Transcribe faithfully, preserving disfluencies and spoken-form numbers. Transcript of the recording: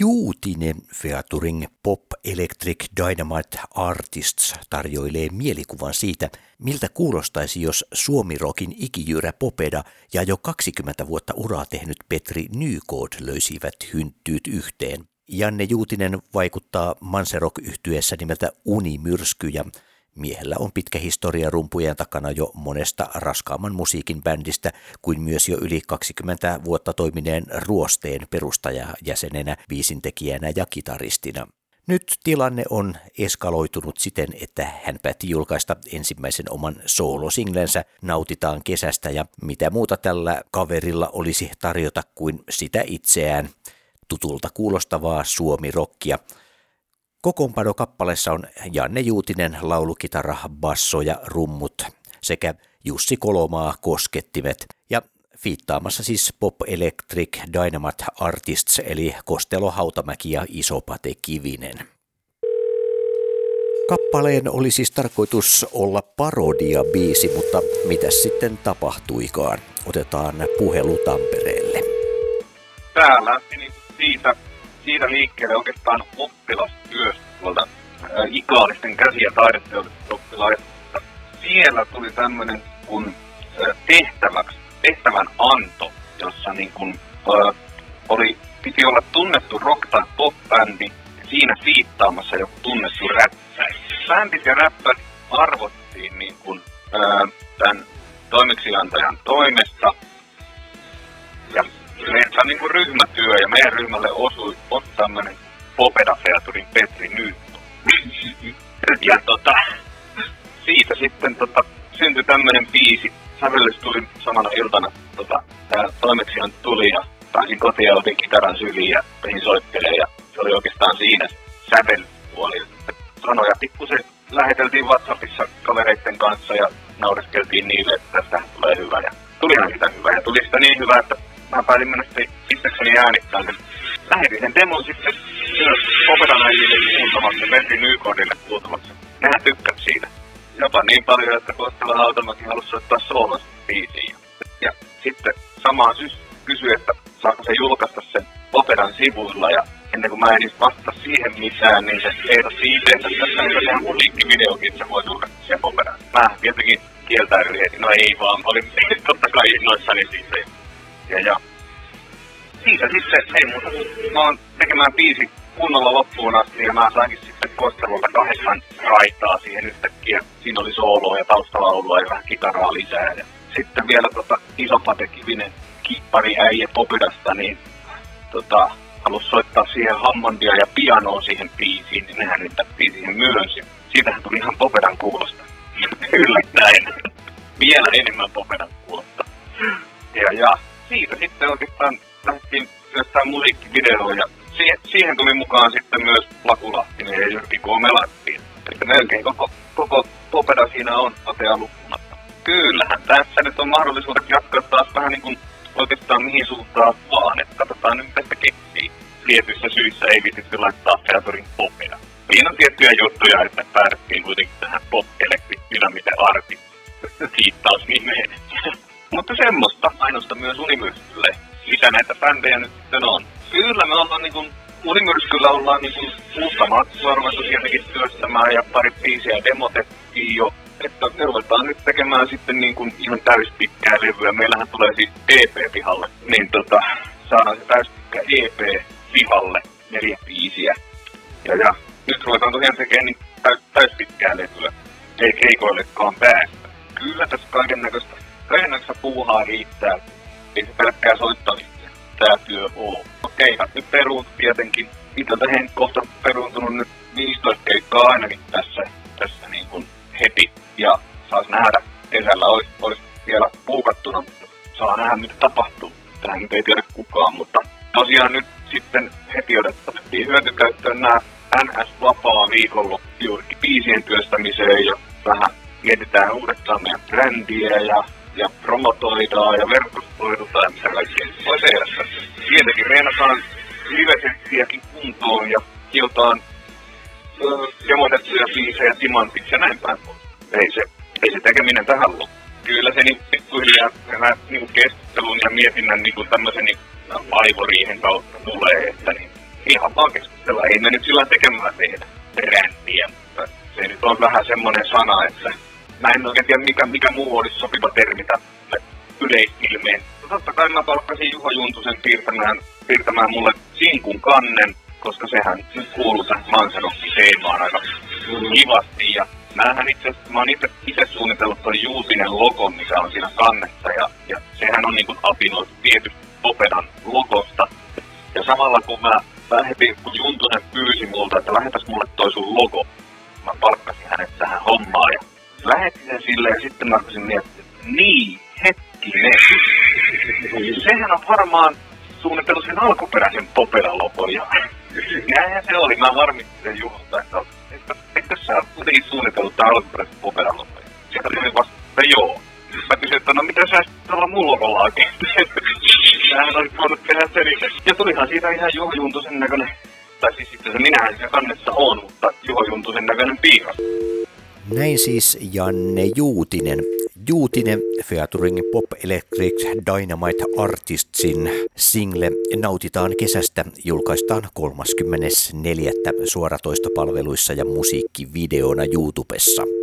Juutinen featuring Pop Electric Dynamite Artists tarjoilee mielikuvan siitä, miltä kuulostaisi, jos suomirokin ikijyyrä Popeda ja jo kaksikymmentä vuotta uraa tehnyt Petri Nykod löysivät hynttyyt yhteen. Janne Juutinen vaikuttaa Manserock-yhtyeessä nimeltä Unimyrsky ja miehellä on pitkä historia rumpujen takana jo monesta raskaamman musiikin bändistä kuin myös jo yli kaksikymmentä vuotta toimineen Ruosteen perustajajäsenenä, biisintekijänä ja kitaristina. Nyt tilanne on eskaloitunut siten, että hän päätti julkaista ensimmäisen oman soolosinglensä Nautitaan kesästä ja mitä muuta tällä kaverilla olisi tarjota kuin sitä itseään, tutulta kuulostavaa suomirokkia. Kokoonpano kappaleessa on Janne Juutinen, laulukitara, basso ja rummut sekä Jussi Kolomaa koskettimet ja fiittaamassa siis Pop Electric Dynamite Artists eli Kostelo Hautamäki ja Iso-Pate Kivinen. Kappaleen oli siis tarkoitus olla parodia-biisi, mutta mitäs sitten tapahtuikaan? Otetaan puhelu Tampereelle. Tää lähti siitä, siitä liikkeelle oikeastaan oppilastyöstä tuolta ää, Ikaalisten käsi- ja taideteollisuuden oppilaista. Siellä tuli tämmöinen kun ää, tehtäväksi, tehtävän anto, jossa niin kun, ää, oli, piti olla tunnettu rock- tai pop-bändi ja siinä fiittaamassa joku tunnettu räppäri. Bändit ja räppärit arvottiin niin kun, ää, tämän toimeksiantajan toimesta. Ja se on niin kuin ryhmätyö ja meidän ryhmälle osui on tämmönen Popeda-featurin Petri Nykod. Ja tota, siitä sitten tota, syntyi tämmönen biisi. Sävellys tuli samana iltana, tota, tää toimeksianto tuli ja pääsin kotiin ja otin kitaran syliin ja pehin soittelee ja se oli oikeastaan siinä sävelyspuoli. Sanoja pikkusen läheteltiin WhatsAppissa kavereitten kanssa ja naureskeltiin niille, että tästä tulee hyvä ja tulihan sitä hyvä ja tuli sitä niin hyvä, että mä päätin mennä itsekseni äänittämään sen. Lähetin sen demon sitten myös Popeda-näisille kuultavaksi Petri Nykodille kuultavaksi. Nehän tykkäs siitä. Jopa niin paljon, että Kostelo Hautamäki halusi soittaa soolosta biisiin. Ja sitten samaan syys kysyi, että saako se julkaista sen Popedan sivuilla. Ja ennen kuin mä en edes vastata siihen mitään, niin se ehdotti itse, että tässä on tehdä musiikkivideokin, että se voi julkaista sen Popedan. Mä tietenkin kieltäydyin, että no ei vaan, olin totta kai innoissani siitä. Ja, ja siitä sitten, ei muuta, mä oon tekemään biisi kunnolla loppuun asti ja mä sainkin sitten Kostelolta kahdeksan raitaa siihen yhtäkkiä. Siinä oli sooloa ja taustalaulua ja vähän kitaraa lisää. Ja sitten vielä tota Iso-Pate Kivinen kippari äijä Popedasta, niin tota, halusi soittaa siihen Hammondia ja pianoa siihen biisiin, niin nehän yntättiin siihen myös. Ja siitähän tuli ihan Popedan kuulosta. Yllättäen. Vielä enemmän Popedan kuulosta. Ja, ja siitä sitten oikeastaan lähdettiin työstään musiikkivideoa ja siihen, siihen tuli mukaan sitten myös Laku Lahtinen ja Jyrki Komelattiin. Eli melkein koko, koko Popeda siinä on Atea lukumatta. Kyllähän tässä nyt on mahdollisuudet jatkaa taas vähän niin kuin oikeastaan mihin suuntaan vaan, että katsotaan nyt tästä keksii. Tietyissä syissä ei viitisi laittaa featurin Popeda. Siinä on tiettyjä juttuja, että päädyttiin kuitenkin tähän Pop Electric Dynamite Artists kiittaus nimeen. Mutta semmoista ainoastaan myös Unimyrskylle. Mitä näitä bändejä nyt sitten on? Kyllä me ollaan niinku, Unimyrskyllä ollaan niinku uutta matsua ruvettu tietenkin työstämään ja pari biisiä demotettiin jo. Että me ruvetaan nyt tekemään sitten niinku ihan täyspitkää levyä. Meillähän tulee siis E P pihalle. Niin tota, saadaan se täyspitkä E P pihalle, neljä biisiä. Ja, ja nyt ruvetaan tosiaan tekemään niin täys, täyspitkää levyä. Ei keikoillekaan päästä. Kyllä tässä kaiken näköistä. Kaiken näköistä puuhaa riittää. Ei se pelkkää soittamista. Tää työ oo. Okei, nyt peruuntu tietenkin. Itseltä Henkko on peruuntunut nyt viisitoista keikkaa ainakin tässä, tässä niin kuin heti. Ja saas nähdä, kesällä olis, olis vielä puukattuna, mutta saa nähdä mitä tapahtuu. Tähän nyt ei tiedä kukaan, mutta tosiaan nyt sitten heti otettiin hyötykäyttöön nämä N S-vapaa viikonloppu juurikin biisien työstämiseen ja vähän mietitään uudestaan meidän brändiä ja ja promotoidaan ja verkostoidutaan ja mitä kaikkea voi tehdä tässä. Tietenkin reenataan live-settiäkin kuntoon ja hiotaan demotettuja biisejä timantiksi ja näin päin. Ei se, ei se tekeminen tähän loppu. Kyllä se niin pikkuhiljaa niin keskustelun ja mietinnän niin tämmöisen niin aivoriihen kautta tulee, että niin, ihan vaan keskustella. Ei me nyt sillä tekemään tehdä brändiä, mutta se nyt on vähän semmoinen sana, että mä en oikein tiedä mikä, mikä muu olisi sopiva termi tälle yleisilmeen. Totta kai mä palkkasin Juho Juntusen piirtämään, piirtämään mulle sinkun kannen, koska sehän nyt kuuluu tähän Manserokki-teemaan aika kivasti. Ja mähän itse asiassa, mä oon itse, itse suunnitellut toi Juutinen logon, mikä on siinä kannessa, ja, ja sehän on niinku apinoitu tietysti Popedan logosta. Ja samalla kun mä lähetin, kun Juntunen pyysi multa, että lähetäs mulle toi sun logo, mä palkkasin hänet tähän hommaan, ja lähetin sen silleen, ja sitten mä olisin miettinyt, että niin, hetkinen. Sehän on varmaan suunnitellut sen alkuperäisen Popedan logon, ja näinhän se oli. Mä harmittin sen Juholta, että että, että sä oot kuitenkin suunnitellut tämän alkuperäisen Popedan logon. Sieltä tuli vasta, että joo. Mä kysyin, että no mitä sä sitten tuolla mun logolla oikein teet? Sähän olisi voinut tehdä sen itse. Ja tulihan siitä ihan Juho Juntusen näköinen, tai siis sitten se minähän siellä kannessa on, mutta Juho Juntusen näköinen piirros. Näin siis Janne Juutinen. Juutinen featuring Pop Electric Dynamite Artistsin single Nautitaan kesästä julkaistaan kolmaskymmenes neljäs suoratoistopalveluissa ja musiikkivideona YouTubessa.